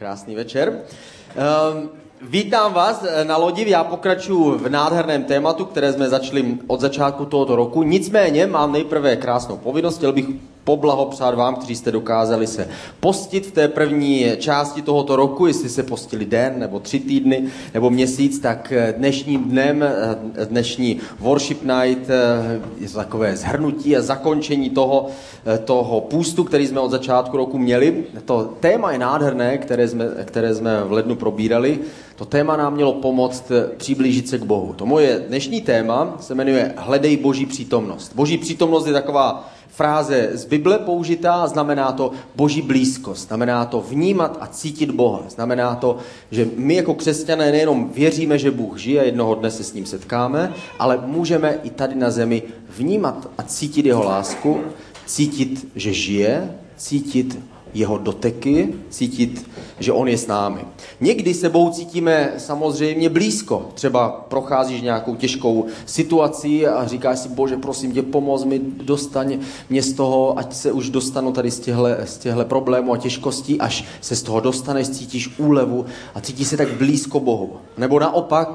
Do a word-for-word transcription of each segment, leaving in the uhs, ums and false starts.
Krásný večer. Um, vítám vás na lodi, já pokračuji v nádherném tématu, které jsme začali od začátku tohoto roku. Nicméně mám nejprve krásnou povinnost, chtěl bych poblahopřát vám, kteří jste dokázali se postit v té první části tohoto roku, jestli se postili den, nebo tři týdny, nebo měsíc, tak dnešním dnem, dnešní worship night je to takové shrnutí a zakončení toho, toho půstu, který jsme od začátku roku měli. To téma je nádherné, které jsme, které jsme v lednu probírali. To téma nám mělo pomoct přiblížit se k Bohu. To moje dnešní téma se jmenuje Hledej Boží přítomnost. Boží přítomnost je taková fráze z Bible použitá, znamená to Boží blízkost, znamená to vnímat a cítit Boha. Znamená to, že my jako křesťané nejenom věříme, že Bůh žije, jednoho dne se s ním setkáme, ale můžeme i tady na zemi vnímat a cítit jeho lásku, cítit, že žije, cítit jeho doteky, cítit, že on je s námi. Někdy se Bohu cítíme samozřejmě blízko. Třeba procházíš nějakou těžkou situací a říkáš si, Bože, prosím tě, pomoz mi, dostaň mě z toho, ať se už dostanu tady z těchto, z těchto problémů a těžkostí, až se z toho dostaneš, cítíš úlevu a cítíš se tak blízko Bohu. Nebo naopak,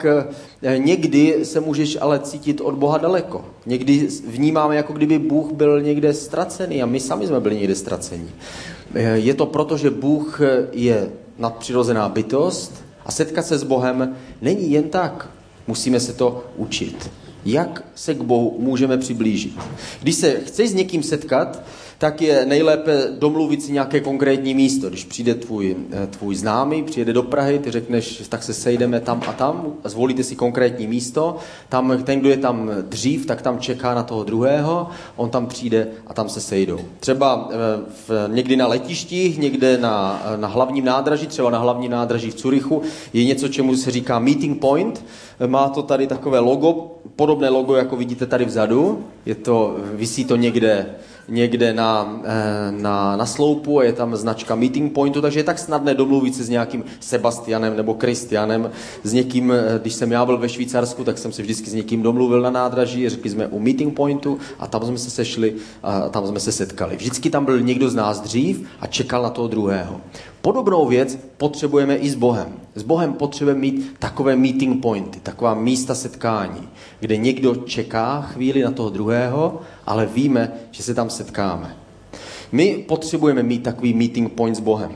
někdy se můžeš ale cítit od Boha daleko. Někdy vnímáme, jako kdyby Bůh byl někde ztracený a my sami jsme byli někde ztracení. Je to proto, že Bůh je nadpřirozená bytost a setkat se s Bohem není jen tak. Musíme se to učit. Jak se k Bohu můžeme přiblížit? Když se chceš s někým setkat, tak je nejlépe domluvit si nějaké konkrétní místo. Když přijde tvůj, tvůj známý, přijede do Prahy, ty řekneš, tak se sejdeme tam a tam a zvolíte si konkrétní místo. Tam, ten, kdo je tam dřív, tak tam čeká na toho druhého, on tam přijde a tam se sejdou. Třeba v, někdy na letištích, někde na, na hlavním nádraží, třeba na hlavním nádraží v Curychu, je něco, čemu se říká meeting point. Má to tady takové logo, podobné logo, jako vidíte tady vzadu. Je to, visí to někde někde na, na, na sloupu a je tam značka meeting pointu, takže je tak snadné domluvit se s nějakým Sebastianem nebo Kristianem, s někým, když jsem já byl ve Švýcarsku, tak jsem se vždycky s někým domluvil na nádraží, řekli jsme u meeting pointu a tam jsme se sešli a tam jsme se setkali. Vždycky tam byl někdo z nás dřív a čekal na toho druhého. Podobnou věc potřebujeme i s Bohem. S Bohem potřebujeme mít takové meeting pointy, taková místa setkání, kde někdo čeká chvíli na toho druhého, ale víme, že se tam setkáme. My potřebujeme mít takový meeting point s Bohem.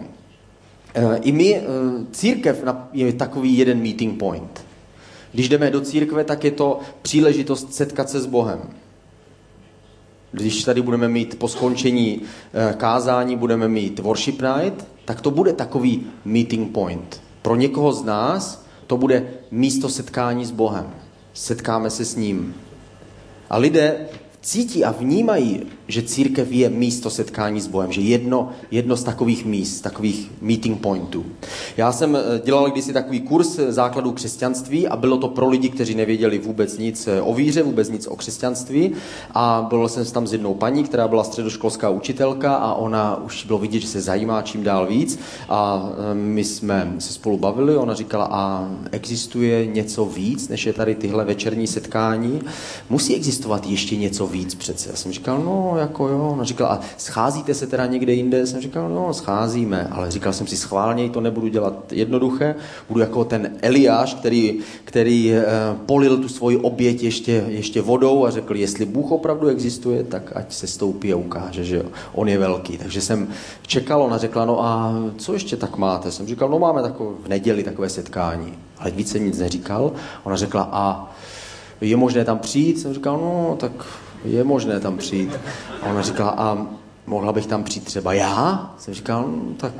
I my, církev je takový jeden meeting point. Když jdeme do církve, tak je to příležitost setkat se s Bohem. Když tady budeme mít po skončení kázání, budeme mít worship night, tak to bude takový meeting point. Pro někoho z nás to bude místo setkání s Bohem. Setkáme se s ním. A lidé cítí a vnímají, že církev je místo setkání s Bohem, že jedno, jedno z takových míst, takových meeting pointů. Já jsem dělal kdysi takový kurz základů křesťanství a bylo to pro lidi, kteří nevěděli vůbec nic o víře, vůbec nic o křesťanství a byl jsem tam s jednou paní, která byla středoškolská učitelka a ona už bylo vidět, že se zajímá čím dál víc a my jsme se spolu bavili, ona říkala, a existuje něco víc, než je tady tyhle večerní setkání? Musí existovat ještě něco víc přece. Já jsem říkal, no jako jo. Ona říkala, a scházíte se teda někde jinde? Jsem říkal, no scházíme, ale říkal jsem si schválně, to nebudu dělat jednoduché, budu jako ten Eliáš, který, který eh, polil tu svoji oběť ještě, ještě vodou a řekl, jestli Bůh opravdu existuje, tak ať se stoupí a ukáže, že jo, on je velký. Takže jsem čekal, ona řekla, no a co ještě tak máte? Jsem říkal, no máme takové, v neděli takové setkání, ale víc jsem nic neříkal. Ona řekla, a je možné tam přijít? Jsem říkal, no tak je možné tam přijít. A ona říkala, a mohla bych tam přijít třeba já? Jsem říkal, no tak...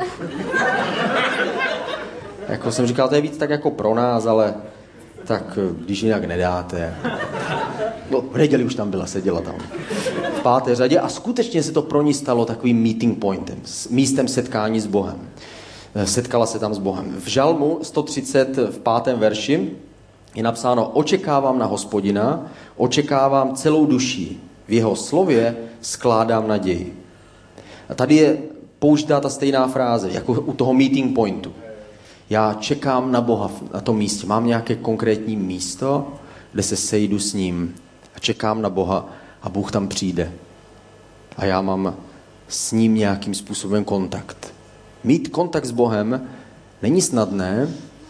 Jako jsem říkal, to je víc tak jako pro nás, ale tak když jinak nedáte. No, v neděli už tam byla, seděla tam v páté řadě a skutečně se to pro ní stalo takovým meeting pointem, místem setkání s Bohem. Setkala se tam s Bohem. V Žalmu sto třicet v pátém verši je napsáno, očekávám na Hospodina, očekávám celou duší, v jeho slově skládám naději. A tady je použitá ta stejná fráze, jako u toho meeting pointu. Já čekám na Boha na tom místě. Mám nějaké konkrétní místo, kde se sejdu s ním a čekám na Boha a Bůh tam přijde. A já mám s ním nějakým způsobem kontakt. Mít kontakt s Bohem není snadné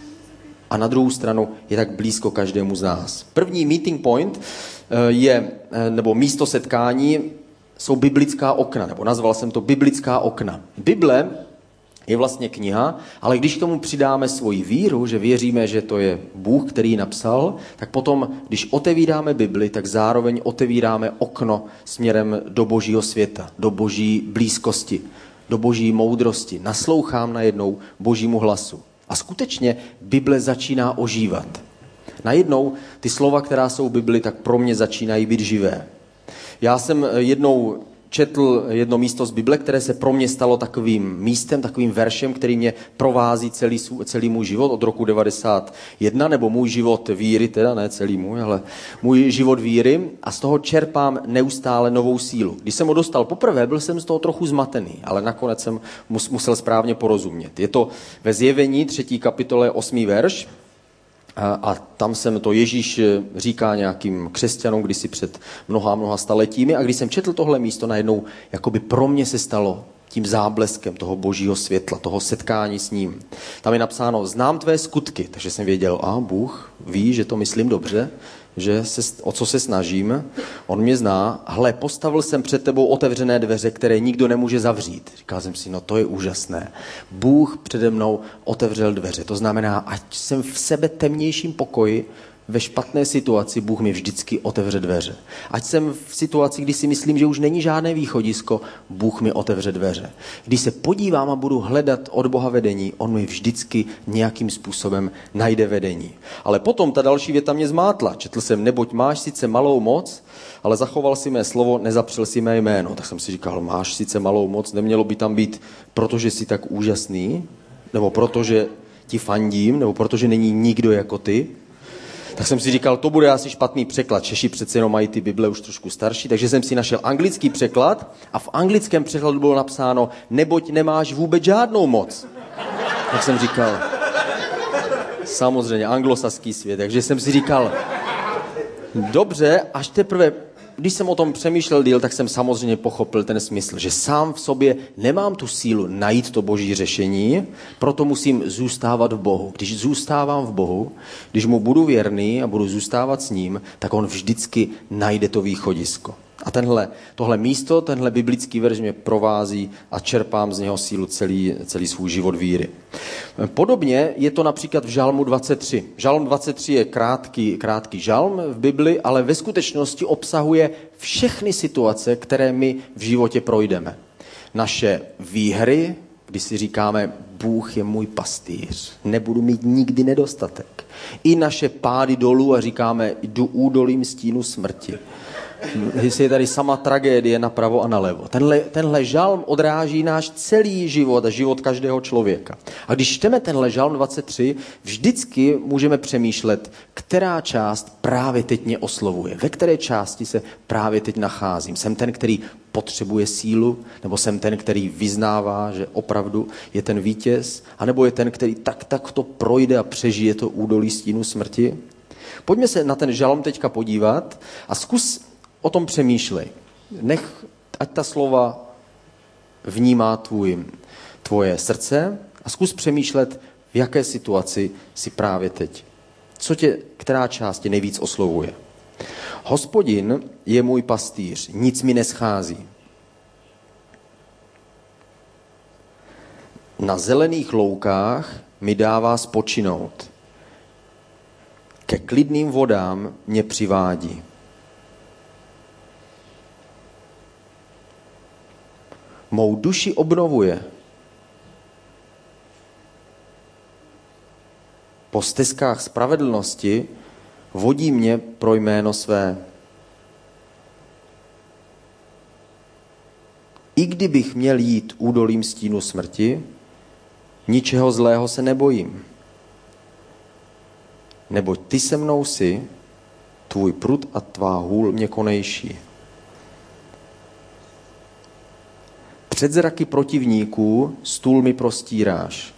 a na druhou stranu je tak blízko každému z nás. První meeting point je, nebo místo setkání jsou biblická okna, nebo nazval jsem to biblická okna. Bible je vlastně kniha, ale když k tomu přidáme svoji víru, že věříme, že to je Bůh, který ji napsal, tak potom, když otevíráme Bibli, tak zároveň otevíráme okno směrem do božího světa, do boží blízkosti, do boží moudrosti. Naslouchám najednou božímu hlasu. A skutečně Bible začíná ožívat. Najednou ty slova, která jsou v Bibli, tak pro mě začínají být živé. Já jsem jednou četl jedno místo z Bible, které se pro mě stalo takovým místem, takovým veršem, který mě provází celý, celý můj život od roku devadesát jedna, nebo můj život víry, teda ne celý můj, ale můj život víry, a z toho čerpám neustále novou sílu. Když jsem ho dostal poprvé, byl jsem z toho trochu zmatený, ale nakonec jsem musel správně porozumět. Je to ve Zjevení třetí kapitole osmý verš, A, a tam jsem to Ježíš říká nějakým křesťanům kdysi před mnoha, mnoha staletími. A když jsem četl tohle místo, najednou jakoby pro mě se stalo tím zábleskem toho božího světla, toho setkání s ním. Tam je napsáno, znám tvé skutky, takže jsem věděl, a Bůh ví, že to myslím dobře, že se, o co se snažím, on mě zná. Hle, postavil jsem před tebou otevřené dveře, které nikdo nemůže zavřít. Říkal jsem si, no to je úžasné. Bůh přede mnou otevřel dveře. To znamená, ať jsem v sebe temnějším pokoji, ve špatné situaci Bůh mi vždycky otevře dveře. Ať jsem v situaci, kdy si myslím, že už není žádné východisko, Bůh mi otevře dveře. Když se podívám a budu hledat od Boha vedení, on mi vždycky nějakým způsobem najde vedení. Ale potom ta další věta mě zmátla. Četl jsem, neboť máš sice malou moc, ale zachoval si mé slovo, nezapřel si mé jméno. Tak jsem si říkal, máš sice malou moc, nemělo by tam být, protože jsi tak úžasný, nebo protože ti fandím, nebo protože není nikdo jako ty. Tak jsem si říkal, to bude asi špatný překlad. Češi přece jenom mají ty Bible už trošku starší, takže jsem si našel anglický překlad a v anglickém překladu bylo napsáno, neboť nemáš vůbec žádnou moc. Tak jsem říkal, samozřejmě anglosaský svět, takže jsem si říkal, dobře, až teprve, když jsem o tom přemýšlel díl, tak jsem samozřejmě pochopil ten smysl, že sám v sobě nemám tu sílu najít to boží řešení, proto musím zůstávat v Bohu. Když zůstávám v Bohu, když mu budu věrný a budu zůstávat s ním, tak on vždycky najde to východisko. A tenhle, tohle místo, tenhle biblický verš mě provází a čerpám z něho sílu celý, celý svůj život víry. Podobně je to například v Žalmu dvacet tři. Žalm dvacet tři je krátký, krátký žalm v Bibli, ale ve skutečnosti obsahuje všechny situace, které my v životě projdeme. Naše výhry, když si říkáme, Bůh je můj pastýř, nebudu mít nikdy nedostatek. I naše pády dolů a říkáme, jdu údolím stínu smrti. Jestli je tady sama tragédie napravo a nalevo. Tenhle, tenhle žalm odráží náš celý život a život každého člověka. A když čteme tenhle žalm dvacet tři, vždycky můžeme přemýšlet, která část právě teď mě oslovuje. Ve které části se právě teď nacházím. Jsem ten, který potřebuje sílu, nebo jsem ten, který vyznává, že opravdu je ten vítěz, anebo je ten, který tak tak to projde a přežije to údolí stínu smrti. Pojďme se na ten žalm teďka podívat a zkus o tom přemýšlej. Nech, ať ta slova vnímá tvůj, tvoje srdce a zkus přemýšlet, v jaké situaci jsi právě teď. Co tě, která část tě nejvíc oslovuje. Hospodin je můj pastýř, nic mi neschází. Na zelených loukách mi dává spočinout. Ke klidným vodám mě přivádí. Mou duši obnovuje. Po stezkách spravedlnosti vodí mě pro jméno své. I kdybych měl jít údolím stínu smrti, ničeho zlého se nebojím. Neboť ty se mnou jsi, tvůj prut a tvá hůl mě konejší. Před zraky protivníků stůl mi prostíráš.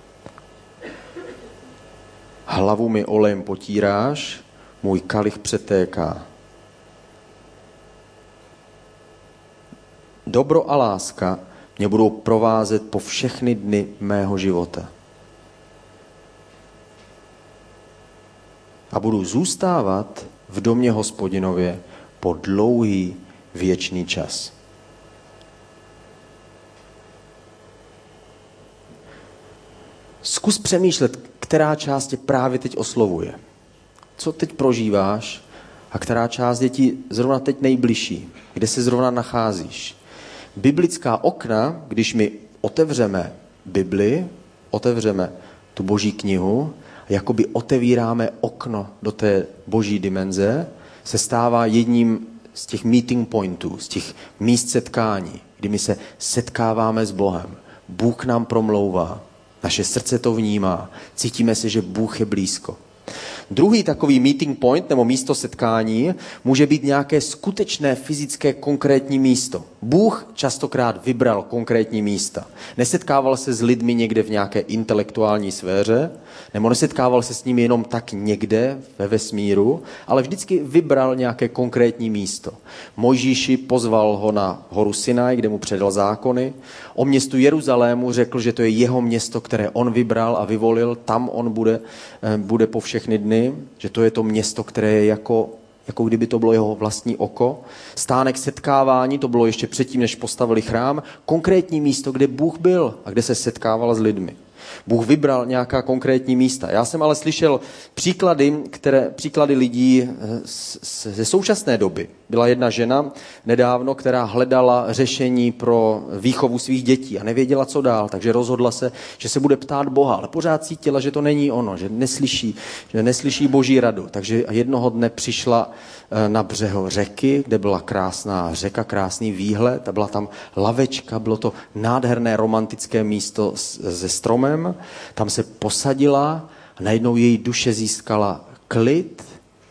Hlavu mi olejem potíráš, můj kalich přetéká. Dobro a láska mě budou provázet po všechny dny mého života. a budu zůstávat v domě Hospodinově po dlouhý věčný čas. Zkus přemýšlet, která část tě právě teď oslovuje. Co teď prožíváš a která část je ti zrovna teď nejbližší, kde se zrovna nacházíš. Biblická okna, když my otevřeme Bibli, otevřeme tu boží knihu, jakoby otevíráme okno do té boží dimenze, se stává jedním z těch meeting pointů, z těch míst setkání, kdy my se setkáváme s Bohem. Bůh nám promlouvá, naše srdce to vnímá, cítíme se, že Bůh je blízko. Druhý takový meeting point nebo místo setkání může být nějaké skutečné fyzické konkrétní místo. Bůh častokrát vybral konkrétní místa. Nesetkával se s lidmi někde v nějaké intelektuální sféře, nebo nesetkával se s nimi jenom tak někde ve vesmíru, ale vždycky vybral nějaké konkrétní místo. Mojžíši pozval ho na horu Sinaj, kde mu předal zákony. O městu Jeruzalému řekl, že to je jeho město, které on vybral a vyvolil. Tam on bude, bude po všechny dny, že to je to město, které je jako, jako kdyby to bylo jeho vlastní oko. Stánek setkávání, to bylo ještě předtím, než postavili chrám. Konkrétní místo, kde Bůh byl a kde se setkával s lidmi. Bůh vybral nějaká konkrétní místa. Já jsem ale slyšel příklady, které, příklady lidí ze současné doby. Byla jedna žena nedávno, která hledala řešení pro výchovu svých dětí a nevěděla, co dál, takže rozhodla se, že se bude ptát Boha, ale pořád cítila, že to není ono, že neslyší, že neslyší Boží radu. Takže jednoho dne přišla na břeho řeky, kde byla krásná řeka, krásný výhled, a byla tam lavečka, bylo to nádherné romantické místo se stromem, tam se posadila a najednou její duše získala klid,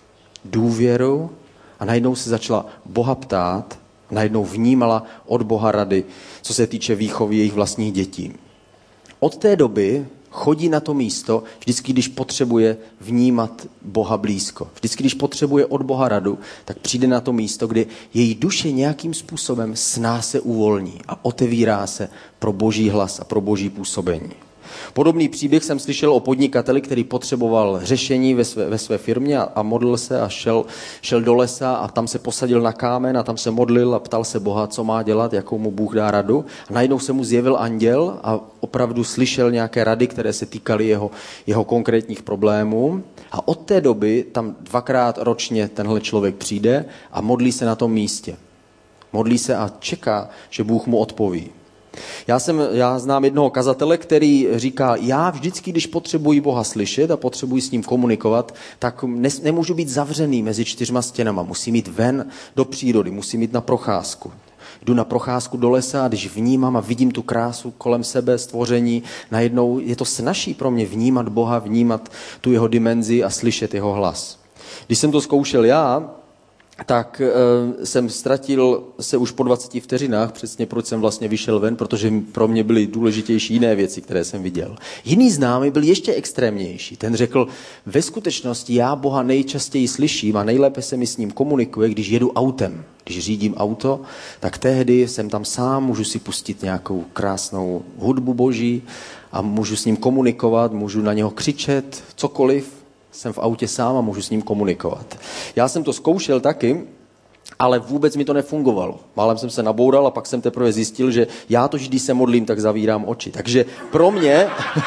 důvěru a najednou se začala Boha ptát, najednou vnímala od Boha rady, co se týče výchovy jejich vlastních dětí. Od té doby chodí na to místo vždycky, když potřebuje vnímat Boha blízko. Vždycky, když potřebuje od Boha radu, tak přijde na to místo, kde její duše nějakým způsobem sná se uvolní a otevírá se pro Boží hlas a pro Boží působení. Podobný příběh jsem slyšel o podnikateli, který potřeboval řešení ve své, ve své firmě a, a modlil se a šel, šel do lesa a tam se posadil na kámen a tam se modlil a ptal se Boha, co má dělat, jakou mu Bůh dá radu. A najednou se mu zjevil anděl a opravdu slyšel nějaké rady, které se týkaly jeho, jeho konkrétních problémů. A od té doby tam dvakrát ročně tenhle člověk přijde a modlí se na tom místě. Modlí se a čeká, že Bůh mu odpoví. Já, jsem, já znám jednoho kazatele, který říká, já vždycky, když potřebuji Boha slyšet a potřebuji s ním komunikovat, tak ne, nemůžu být zavřený mezi čtyřma stěnama. Musím jít ven do přírody, musím jít na procházku. Jdu na procházku do lesa a když vnímám a vidím tu krásu kolem sebe, stvoření, najednou je to snazší pro mě vnímat Boha, vnímat tu jeho dimenzi a slyšet jeho hlas. Když jsem to zkoušel já, tak e, jsem ztratil se už po dvaceti vteřinách, přesně proč jsem vlastně vyšel ven, protože pro mě byly důležitější jiné věci, které jsem viděl. Jiný známý byl ještě extrémnější. Ten řekl, ve skutečnosti já Boha nejčastěji slyším a nejlépe se mi s ním komunikuje, když jedu autem. Když řídím auto, tak tehdy jsem tam sám, můžu si pustit nějakou krásnou hudbu Boží a můžu s ním komunikovat, můžu na něho křičet, cokoliv. Jsem v autě sám a můžu s ním komunikovat. Já jsem to zkoušel taky, ale vůbec mi to nefungovalo. Málem jsem se naboural a pak jsem teprve zjistil, že já to, když se modlím, tak zavírám oči. Takže pro mě,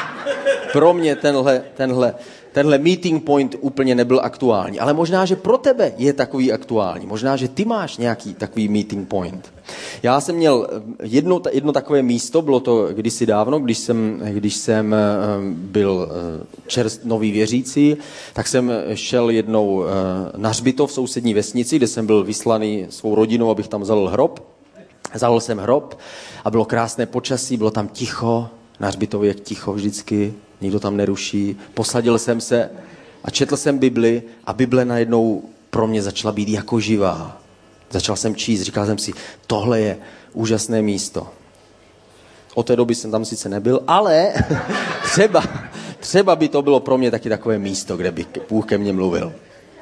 pro mě tenhle, tenhle, tenhle meeting point úplně nebyl aktuální. Ale možná, že pro tebe je takový aktuální. Možná, že ty máš nějaký takový meeting point. Já jsem měl jedno, jedno takové místo, bylo to kdysi dávno, když jsem, když jsem byl čerst nový věřící, tak jsem šel jednou na hřbitov v sousední vesnici, kde jsem byl vyslaný svou rodinou, abych tam zalil hrob. Zalil jsem hrob a bylo krásné počasí, bylo tam ticho, na hřbitově je ticho vždycky, nikdo tam neruší. Posadil jsem se a četl jsem Bibli a Bible najednou pro mě začala být jako živá. Začal jsem číst, říkal jsem si, tohle je úžasné místo. Od té doby jsem tam sice nebyl, ale třeba, třeba by to bylo pro mě taky takové místo, kde by Bůh ke mně mluvil.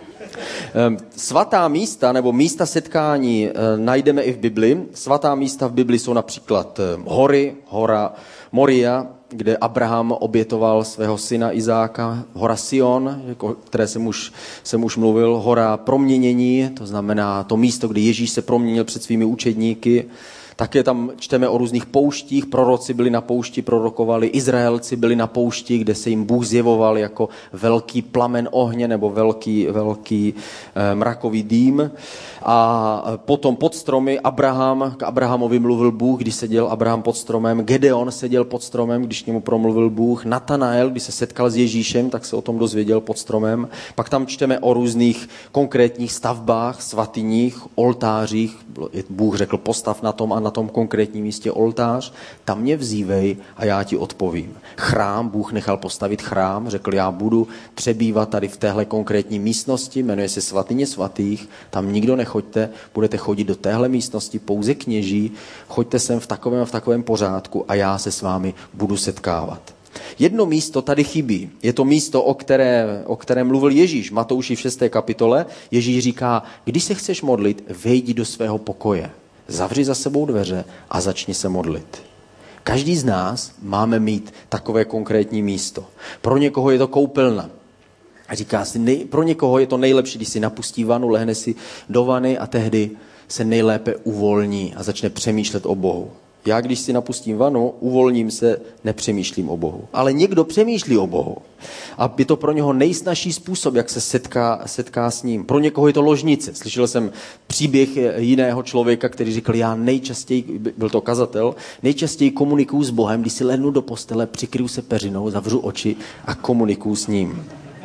Svatá místa nebo místa setkání najdeme i v Bibli. Svatá místa v Bibli jsou například hory, hora Moria, kde Abraham obětoval svého syna Izáka, hora Sion, o které jsem už, jsem už mluvil, hora proměnění, to znamená to místo, kde Ježíš se proměnil před svými učedníky. Také tam čteme o různých pouštích, proroci byli na poušti, prorokovali, Izraelci byli na poušti, kde se jim Bůh zjevoval jako velký plamen ohně nebo velký, velký eh, mrakový dým. A potom pod stromy Abraham, k Abrahamovi mluvil Bůh, když seděl Abraham pod stromem, Gedeon seděl pod stromem, když k němu promluvil Bůh, Natanael, když se setkal s Ježíšem, tak se o tom dozvěděl pod stromem. Pak tam čteme o různých konkrétních stavbách, svatyních, oltářích. Bůh řekl, postav na tom a na tom konkrétním místě oltář, tam mě vzívej a já ti odpovím. Chrám, Bůh nechal postavit chrám, řekl, já budu přebývat tady v téhle konkrétní místnosti, jmenuje se svatyně svatých, tam nikdo nechoďte, budete chodit do téhle místnosti, pouze kněží, choďte sem v takovém a v takovém pořádku a já se s vámi budu setkávat. Jedno místo tady chybí. Je to místo, o, které, o kterém mluvil Ježíš. Matouši v šesté kapitole. Ježíš říká, když se chceš modlit, vejdi do svého pokoje. Zavři za sebou dveře a začni se modlit. Každý z nás máme mít takové konkrétní místo. Pro někoho je to koupelna. A říká si, nej, pro někoho je to nejlepší, když si napustí vanu, lehne si do vany a tehdy se nejlépe uvolní a začne přemýšlet o Bohu. Já, když si napustím vanu, uvolním se, nepřemýšlím o Bohu. Ale někdo přemýšlí o Bohu. A je to pro něho nejsnažší způsob, jak se setká, setká s ním. Pro někoho je to ložnice. Slyšel jsem příběh jiného člověka, který říkal, já nejčastěji, byl to kazatel, nejčastěji komunikuju s Bohem, když si lehnu do postele, přikryju se peřinou, zavřu oči a komunikuju s ním.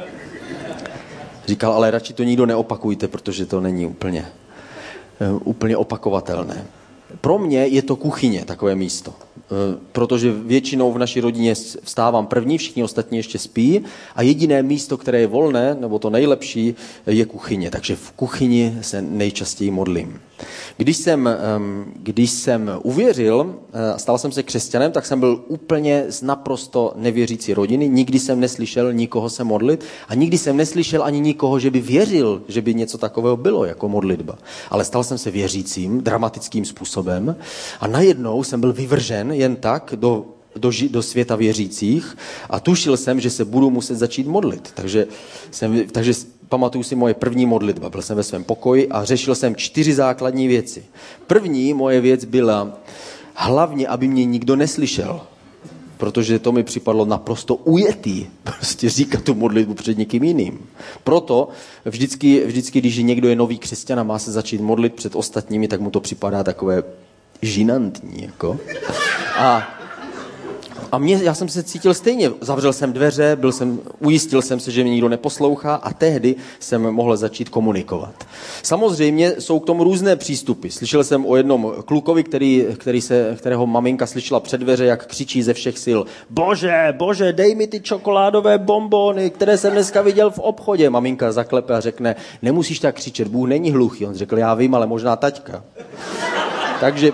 Říkal, ale radši to nikdo neopakujte, protože to není úplně, úplně opakovatelné. Pro mě je to kuchyně, takové místo. Protože většinou v naší rodině vstávám první, všichni ostatní ještě spí a jediné místo, které je volné, nebo to nejlepší, je kuchyně. Takže v kuchyni se nejčastěji modlím. Když jsem, když jsem uvěřil, stal jsem se křesťanem, tak jsem byl úplně z naprosto nevěřící rodiny. Nikdy jsem neslyšel nikoho se modlit a nikdy jsem neslyšel ani nikoho, že by věřil, že by něco takového bylo jako modlitba. Ale stal jsem se věřícím dramatickým způsobem a najednou jsem byl vyvržen jen tak do, do, do světa věřících a tušil jsem, že se budu muset začít modlit. Takže jsem, takže pamatuju si moje první modlitba. Byl jsem ve svém pokoji a řešil jsem čtyři základní věci. První moje věc byla hlavně, aby mě nikdo neslyšel, protože to mi připadlo naprosto ujetý, prostě říkat tu modlitbu před někým jiným. Proto vždycky, vždycky, když někdo je nový křesťan a má se začít modlit před ostatními, tak mu to připadá takové žinantní. Jako. A A mě, já jsem se cítil stejně. Zavřel jsem dveře, byl jsem, ujistil jsem se, že mě nikdo neposlouchá a tehdy jsem mohl začít komunikovat. Samozřejmě jsou k tomu různé přístupy. Slyšel jsem o jednom klukovi, který, který se, kterého maminka slyšela před dveře, jak křičí ze všech sil. Bože, bože, dej mi ty čokoládové bonbony, které jsem dneska viděl v obchodě. Maminka zaklepe a řekne, nemusíš tak křičet, Bůh není hluchý. On řekl, já vím, ale možná taťka. Takže...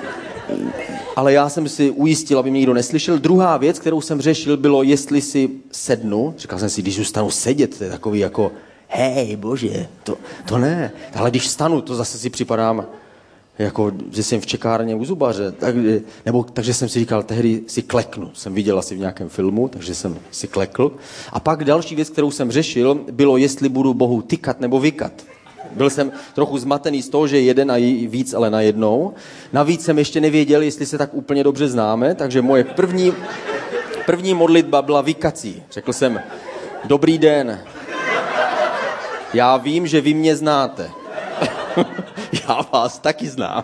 Ale já jsem si ujistil, aby mě nikdo neslyšel. Druhá věc, kterou jsem řešil, bylo, jestli si sednu. Říkal jsem si, když zůstanu sedět, to je takový jako, hej, bože, to, to ne. Ale když vstanu, to zase si připadám, jako, že jsem v čekárně u zubaře. Tak, nebo, takže jsem si říkal, tehdy si kleknu. Jsem viděl asi v nějakém filmu, takže jsem si klekl. A pak další věc, kterou jsem řešil, bylo, jestli budu Bohu tykat nebo vykat. Byl jsem trochu zmatený z toho, že jeden a víc, ale najednou. Navíc jsem ještě nevěděl, jestli se tak úplně dobře známe, takže moje první, první modlitba byla vykací. Řekl jsem, dobrý den, já vím, že vy mě znáte. Já vás taky znám.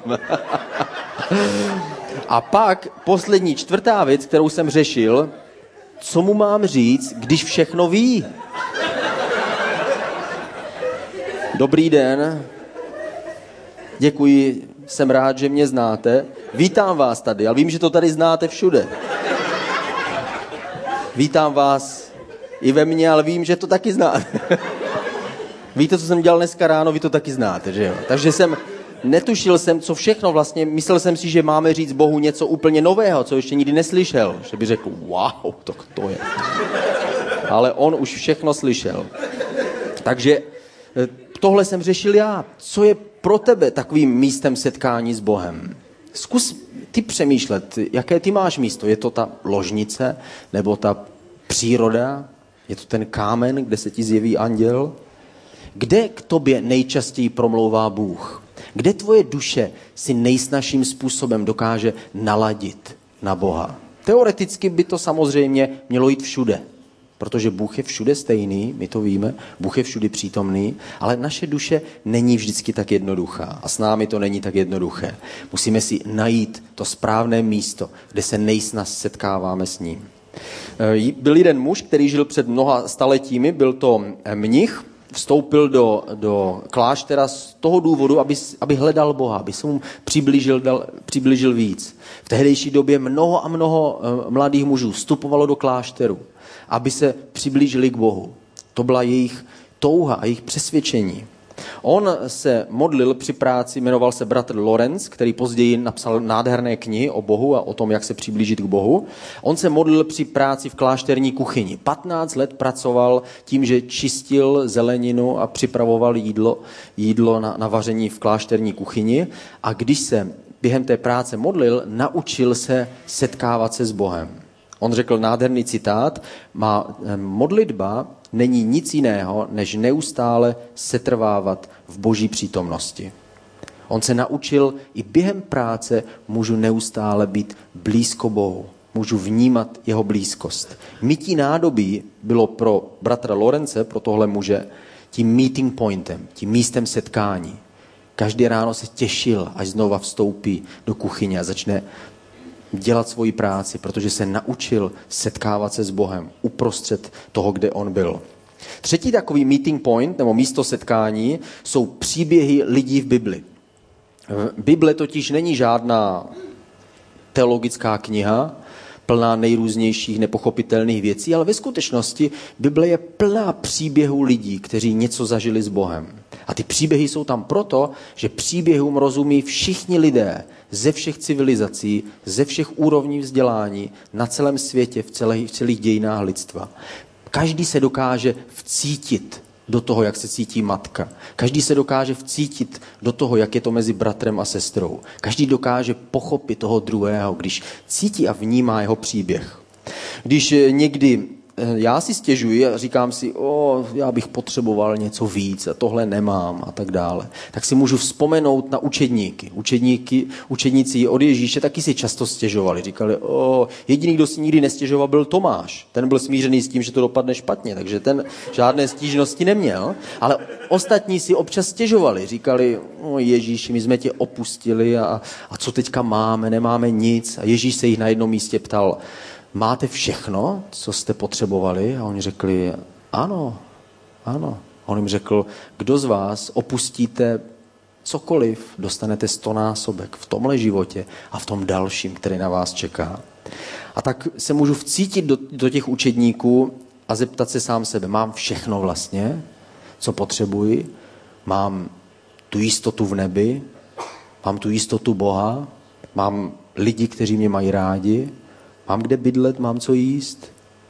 A pak poslední, čtvrtá věc, kterou jsem řešil, co mu mám říct, když všechno ví. Dobrý den, děkuji, jsem rád, že mě znáte. Vítám vás tady, ale vím, že to tady znáte všude. Vítám vás i ve mně, ale vím, že to taky znáte. Víte, co jsem dělal dneska ráno, vy to taky znáte, že jo? Takže jsem, netušil jsem, co všechno vlastně, myslel jsem si, že máme říct Bohu něco úplně nového, co ještě nikdy neslyšel. Že by řekl, wow, to, to je. Ale on už všechno slyšel. Takže tohle jsem řešil já. Co je pro tebe takovým místem setkání s Bohem? Zkus ty přemýšlet, jaké ty máš místo. Je to ta ložnice, nebo ta příroda, je to ten kámen, kde se ti zjeví anděl? Kde k tobě nejčastěji promlouvá Bůh? Kde tvoje duše si nejsnažším způsobem dokáže naladit na Boha? Teoreticky by to samozřejmě mělo jít všude, protože Bůh je všude stejný, my to víme, Bůh je všudy přítomný, ale naše duše není vždycky tak jednoduchá a s námi to není tak jednoduché. Musíme si najít to správné místo, kde se nejsnaz setkáváme s ním. Byl jeden muž, který žil před mnoha staletími, byl to mnich, vstoupil do, do kláštera z toho důvodu, aby, aby hledal Boha, aby se mu přiblížil, dal, přiblížil víc. V tehdejší době mnoho a mnoho mladých mužů vstupovalo do klášteru, aby se přiblížili k Bohu. To byla jejich touha a jejich přesvědčení. On se modlil při práci, jmenoval se bratr Lorenz, který později napsal nádherné knihy o Bohu a o tom, jak se přiblížit k Bohu. On se modlil při práci v klášterní kuchyni. patnáct let pracoval tím, že čistil zeleninu a připravoval jídlo, jídlo na, na vaření v klášterní kuchyni. A když se během té práce modlil, naučil se setkávat se s Bohem. On řekl nádherný citát, má modlitba není nic jiného, než neustále setrvávat v Boží přítomnosti. On se naučil i během práce můžu neustále být blízko Bohu. Můžu vnímat jeho blízkost. Mytí nádobí bylo pro bratra Lorence, pro tohle muže, tím meeting pointem, tím místem setkání. Každý ráno se těšil, až znova vstoupí do kuchyně a začne dělat svoji práci, protože se naučil setkávat se s Bohem uprostřed toho, kde on byl. Třetí takový meeting point, nebo místo setkání, jsou příběhy lidí v Bibli. Bible totiž není žádná teologická kniha, plná nejrůznějších nepochopitelných věcí, ale ve skutečnosti Bible je plná příběhů lidí, kteří něco zažili s Bohem. A ty příběhy jsou tam proto, že příběhům rozumí všichni lidé ze všech civilizací, ze všech úrovní vzdělání, na celém světě, v celých, v celých dějinách lidstva. Každý se dokáže vcítit do toho, jak se cítí matka. Každý se dokáže vcítit do toho, jak je to mezi bratrem a sestrou. Každý dokáže pochopit toho druhého, když cítí a vnímá jeho příběh. Když někdy já si stěžuji a říkám si, o, já bych potřeboval něco víc a tohle nemám a tak dále, tak si můžu vzpomenout na učedníky. Učedníky učedníci od Ježíše taky si často stěžovali. Říkali, o, jediný, kdo si nikdy nestěžoval, byl Tomáš. Ten byl smířený s tím, že to dopadne špatně, takže ten žádné stížnosti neměl. Ale ostatní si občas stěžovali. Říkali, o, Ježíši, my jsme tě opustili a, a co teďka máme, nemáme nic. A Ježíš se jich na jednom místě ptal, máte všechno, co jste potřebovali? A oni řekli, ano, ano. A on jim řekl, kdo z vás opustíte cokoliv, dostanete stonásobek v tomhle životě a v tom dalším, který na vás čeká. A tak se můžu vcítit do, do těch učedníků a zeptat se sám sebe, mám všechno vlastně, co potřebuji? Mám tu jistotu v nebi? Mám tu jistotu Boha? Mám lidi, kteří mě mají rádi? Mám kde bydlet, mám co jíst?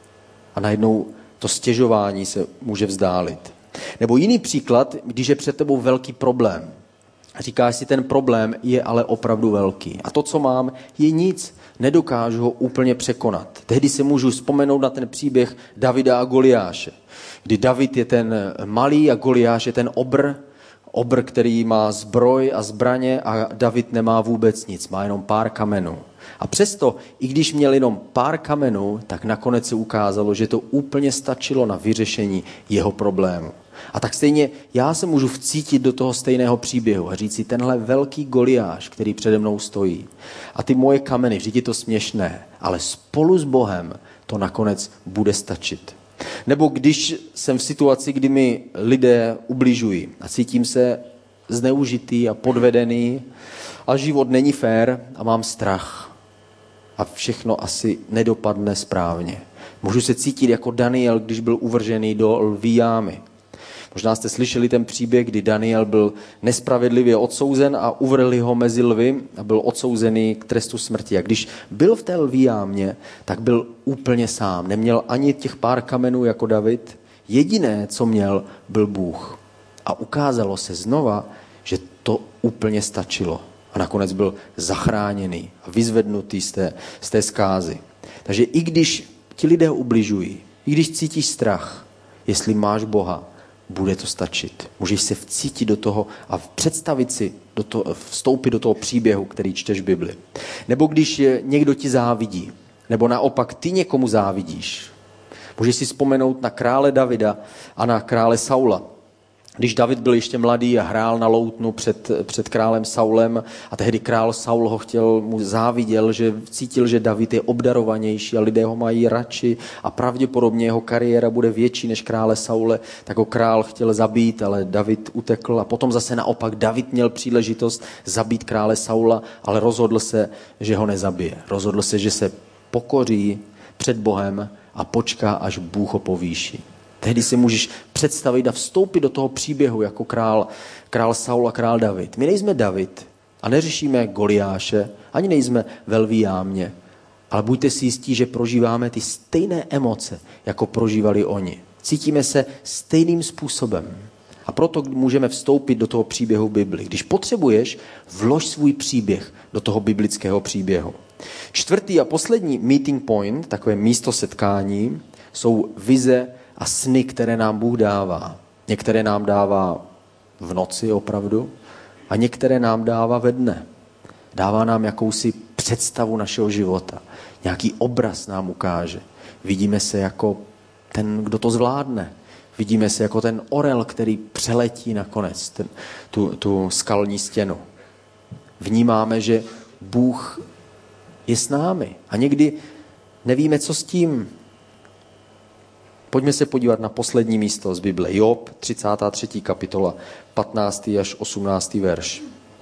A najednou to stěžování se může vzdálit. Nebo jiný příklad, když je před tebou velký problém. Říkáš si, ten problém je ale opravdu velký. A to, co mám, je nic. Nedokážu ho úplně překonat. Tehdy se můžu vzpomenout na ten příběh Davida a Goliáše. Kdy David je ten malý a Goliáš je ten obr, obr, který má zbroj a zbraně a David nemá vůbec nic, má jenom pár kamenů. A přesto, i když měl jenom pár kamenů, tak nakonec se ukázalo, že to úplně stačilo na vyřešení jeho problému. A tak stejně já se můžu vcítit do toho stejného příběhu a říct si, tenhle velký Goliáš, který přede mnou stojí, a ty moje kameny, vždyť je to směšné, ale spolu s Bohem to nakonec bude stačit. Nebo když jsem v situaci, kdy mi lidé ubližují a cítím se zneužitý a podvedený a život není fér a mám strach a všechno asi nedopadne správně. Můžu se cítit jako Daniel, když byl uvržený do lví jámy. Možná jste slyšeli ten příběh, kdy Daniel byl nespravedlivě odsouzen a uvrhli ho mezi lvy a byl odsouzený k trestu smrti. A když byl v té lví jámě, tak byl úplně sám. Neměl ani těch pár kamenů jako David. Jediné, co měl, byl Bůh. A ukázalo se znova, že to úplně stačilo. a nakonec byl zachráněný a vyzvednutý z té, z té zkázy. Takže i když ti lidé ubližují, i když cítíš strach, jestli máš Boha, bude to stačit. Můžeš se vcítit do toho a představit si, do toho, vstoupit do toho příběhu, který čteš v Bibli. Nebo když někdo ti závidí, nebo naopak ty někomu závidíš. Můžeš si vzpomenout na krále Davida a na krále Saula. Když David byl ještě mladý a hrál na loutnu před, před králem Saulem a tehdy král Saul ho chtěl, mu záviděl, že cítil, že David je obdarovanější a lidé ho mají radši a pravděpodobně jeho kariéra bude větší než krále Saule, tak ho král chtěl zabít, ale David utekl a potom zase naopak David měl příležitost zabít krále Saula, ale rozhodl se, že ho nezabije. Rozhodl se, že se pokoří před Bohem a počká, až Bůh ho povýší. Tehdy si můžeš představit a vstoupit do toho příběhu jako král, král Saul a král David. My nejsme David a neřešíme Goliáše, ani nejsme ve lví jámě, ale buďte si jistí, že prožíváme ty stejné emoce, jako prožívali oni. Cítíme se stejným způsobem a proto můžeme vstoupit do toho příběhu Bibli. Když potřebuješ, vlož svůj příběh do toho biblického příběhu. Čtvrtý a poslední meeting point, takové místo setkání, jsou vize a sny, které nám Bůh dává. Některé nám dává v noci opravdu a některé nám dává ve dne. Dává nám jakousi představu našeho života. Nějaký obraz nám ukáže. Vidíme se jako ten, kdo to zvládne. Vidíme se jako ten orel, který přeletí nakonec ten, tu, tu skalní stěnu. Vnímáme, že Bůh je s námi a někdy nevíme, co s tím. Pojďme se podívat na poslední místo z Bible. Job, třicátá třetí kapitola, patnáctý až osmnáctý verš.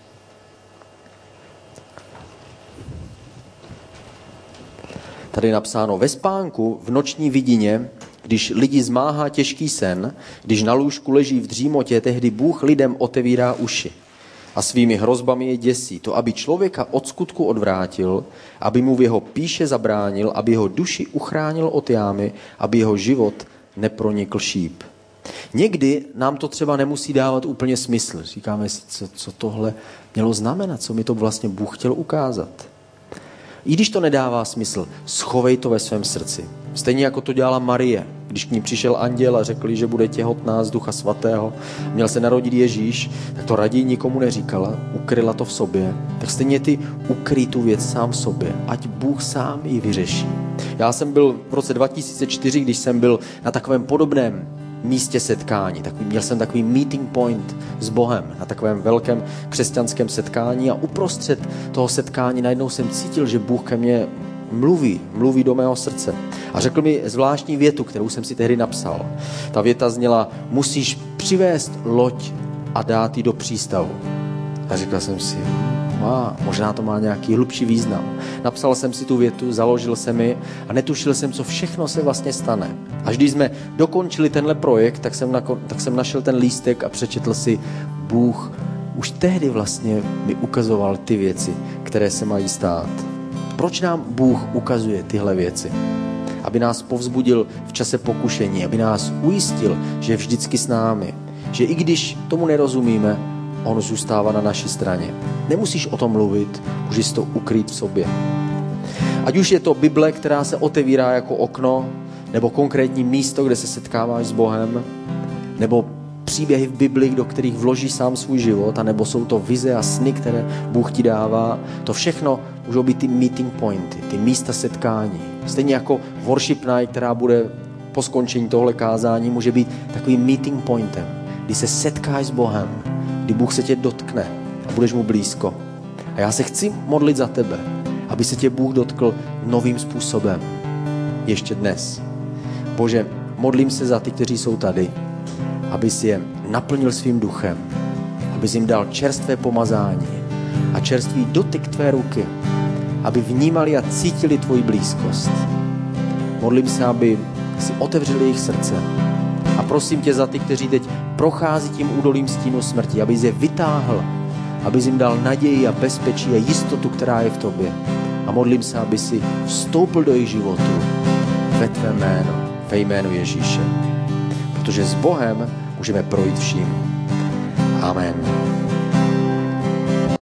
Tady je napsáno, ve spánku v noční vidině, když lidi zmáhá těžký sen, když na lůžku leží v dřímotě, tehdy Bůh lidem otevírá uši a svými hrozbami je děsí. To, aby člověka od skutku odvrátil, aby mu v jeho píše zabránil, aby jeho duši uchránil od jámy, aby jeho život nepronikl šíp. Někdy nám to třeba nemusí dávat úplně smysl. Říkáme si, co, co tohle mělo znamenat, co mi to vlastně Bůh chtěl ukázat. I když to nedává smysl, schovej to ve svém srdci. Stejně jako to dělala Marie, když k ní přišel anděl a řekli, že bude těhotná z Ducha Svatého, měl se narodit Ježíš, tak to raději nikomu neříkala, ukryla to v sobě. Tak stejně ty ukryj tu věc sám v sobě, ať Bůh sám ji vyřeší. Já jsem byl v roce dva tisíce čtyři, když jsem byl na takovém podobném místě setkání. Takový, měl jsem takový meeting point s Bohem na takovém velkém křesťanském setkání a uprostřed toho setkání najednou jsem cítil, že Bůh ke mně mluví, mluví do mého srdce. A řekl mi zvláštní větu, kterou jsem si tehdy napsal. Ta věta zněla, musíš přivést loď a dát ji do přístavu. A řekl jsem si, má, možná to má nějaký hlubší význam. Napsal jsem si tu větu, založil jsem ji a netušil jsem, co všechno se vlastně stane. Až když jsme dokončili tenhle projekt, tak jsem, na, tak jsem našel ten lístek a přečetl si, Bůh už tehdy vlastně mi ukazoval ty věci, které se mají stát. Proč nám Bůh ukazuje tyhle věci? Aby nás povzbudil v čase pokušení, aby nás ujistil, že je vždycky s námi. Že i když tomu nerozumíme, on zůstává na naší straně. Nemusíš o tom mluvit, můžeš to ukrýt v sobě. Ať už je to Bible, která se otevírá jako okno, nebo konkrétní místo, kde se setkáváš s Bohem, nebo příběhy v Bibli, do kterých vložíš sám svůj život, anebo jsou to vize a sny, které Bůh ti dává. To všechno můžou být ty meeting pointy, ty místa setkání. Stejně jako worship night, která bude po skončení tohle kázání, může být takovým meeting pointem, kdy se setkáš s Bohem, kdy Bůh se tě dotkne a budeš mu blízko. A já se chci modlit za tebe, aby se tě Bůh dotkl novým způsobem. Ještě dnes. Bože, modlím se za ty, kteří jsou tady, abys je naplnil svým duchem, abys jim dal čerstvé pomazání a čerstvý dotyk tvé ruky, aby vnímali a cítili tvoji blízkost. Modlím se, aby si otevřeli jejich srdce a prosím tě za ty, kteří teď prochází tím údolím stínu smrti, abys je vytáhl, abys jim dal naději a bezpečí a jistotu, která je v tobě. A modlím se, aby si vstoupil do jejich životu ve tvé jméno, ve jménu Ježíše. Protože s Bohem můžeme projít vším. Amen.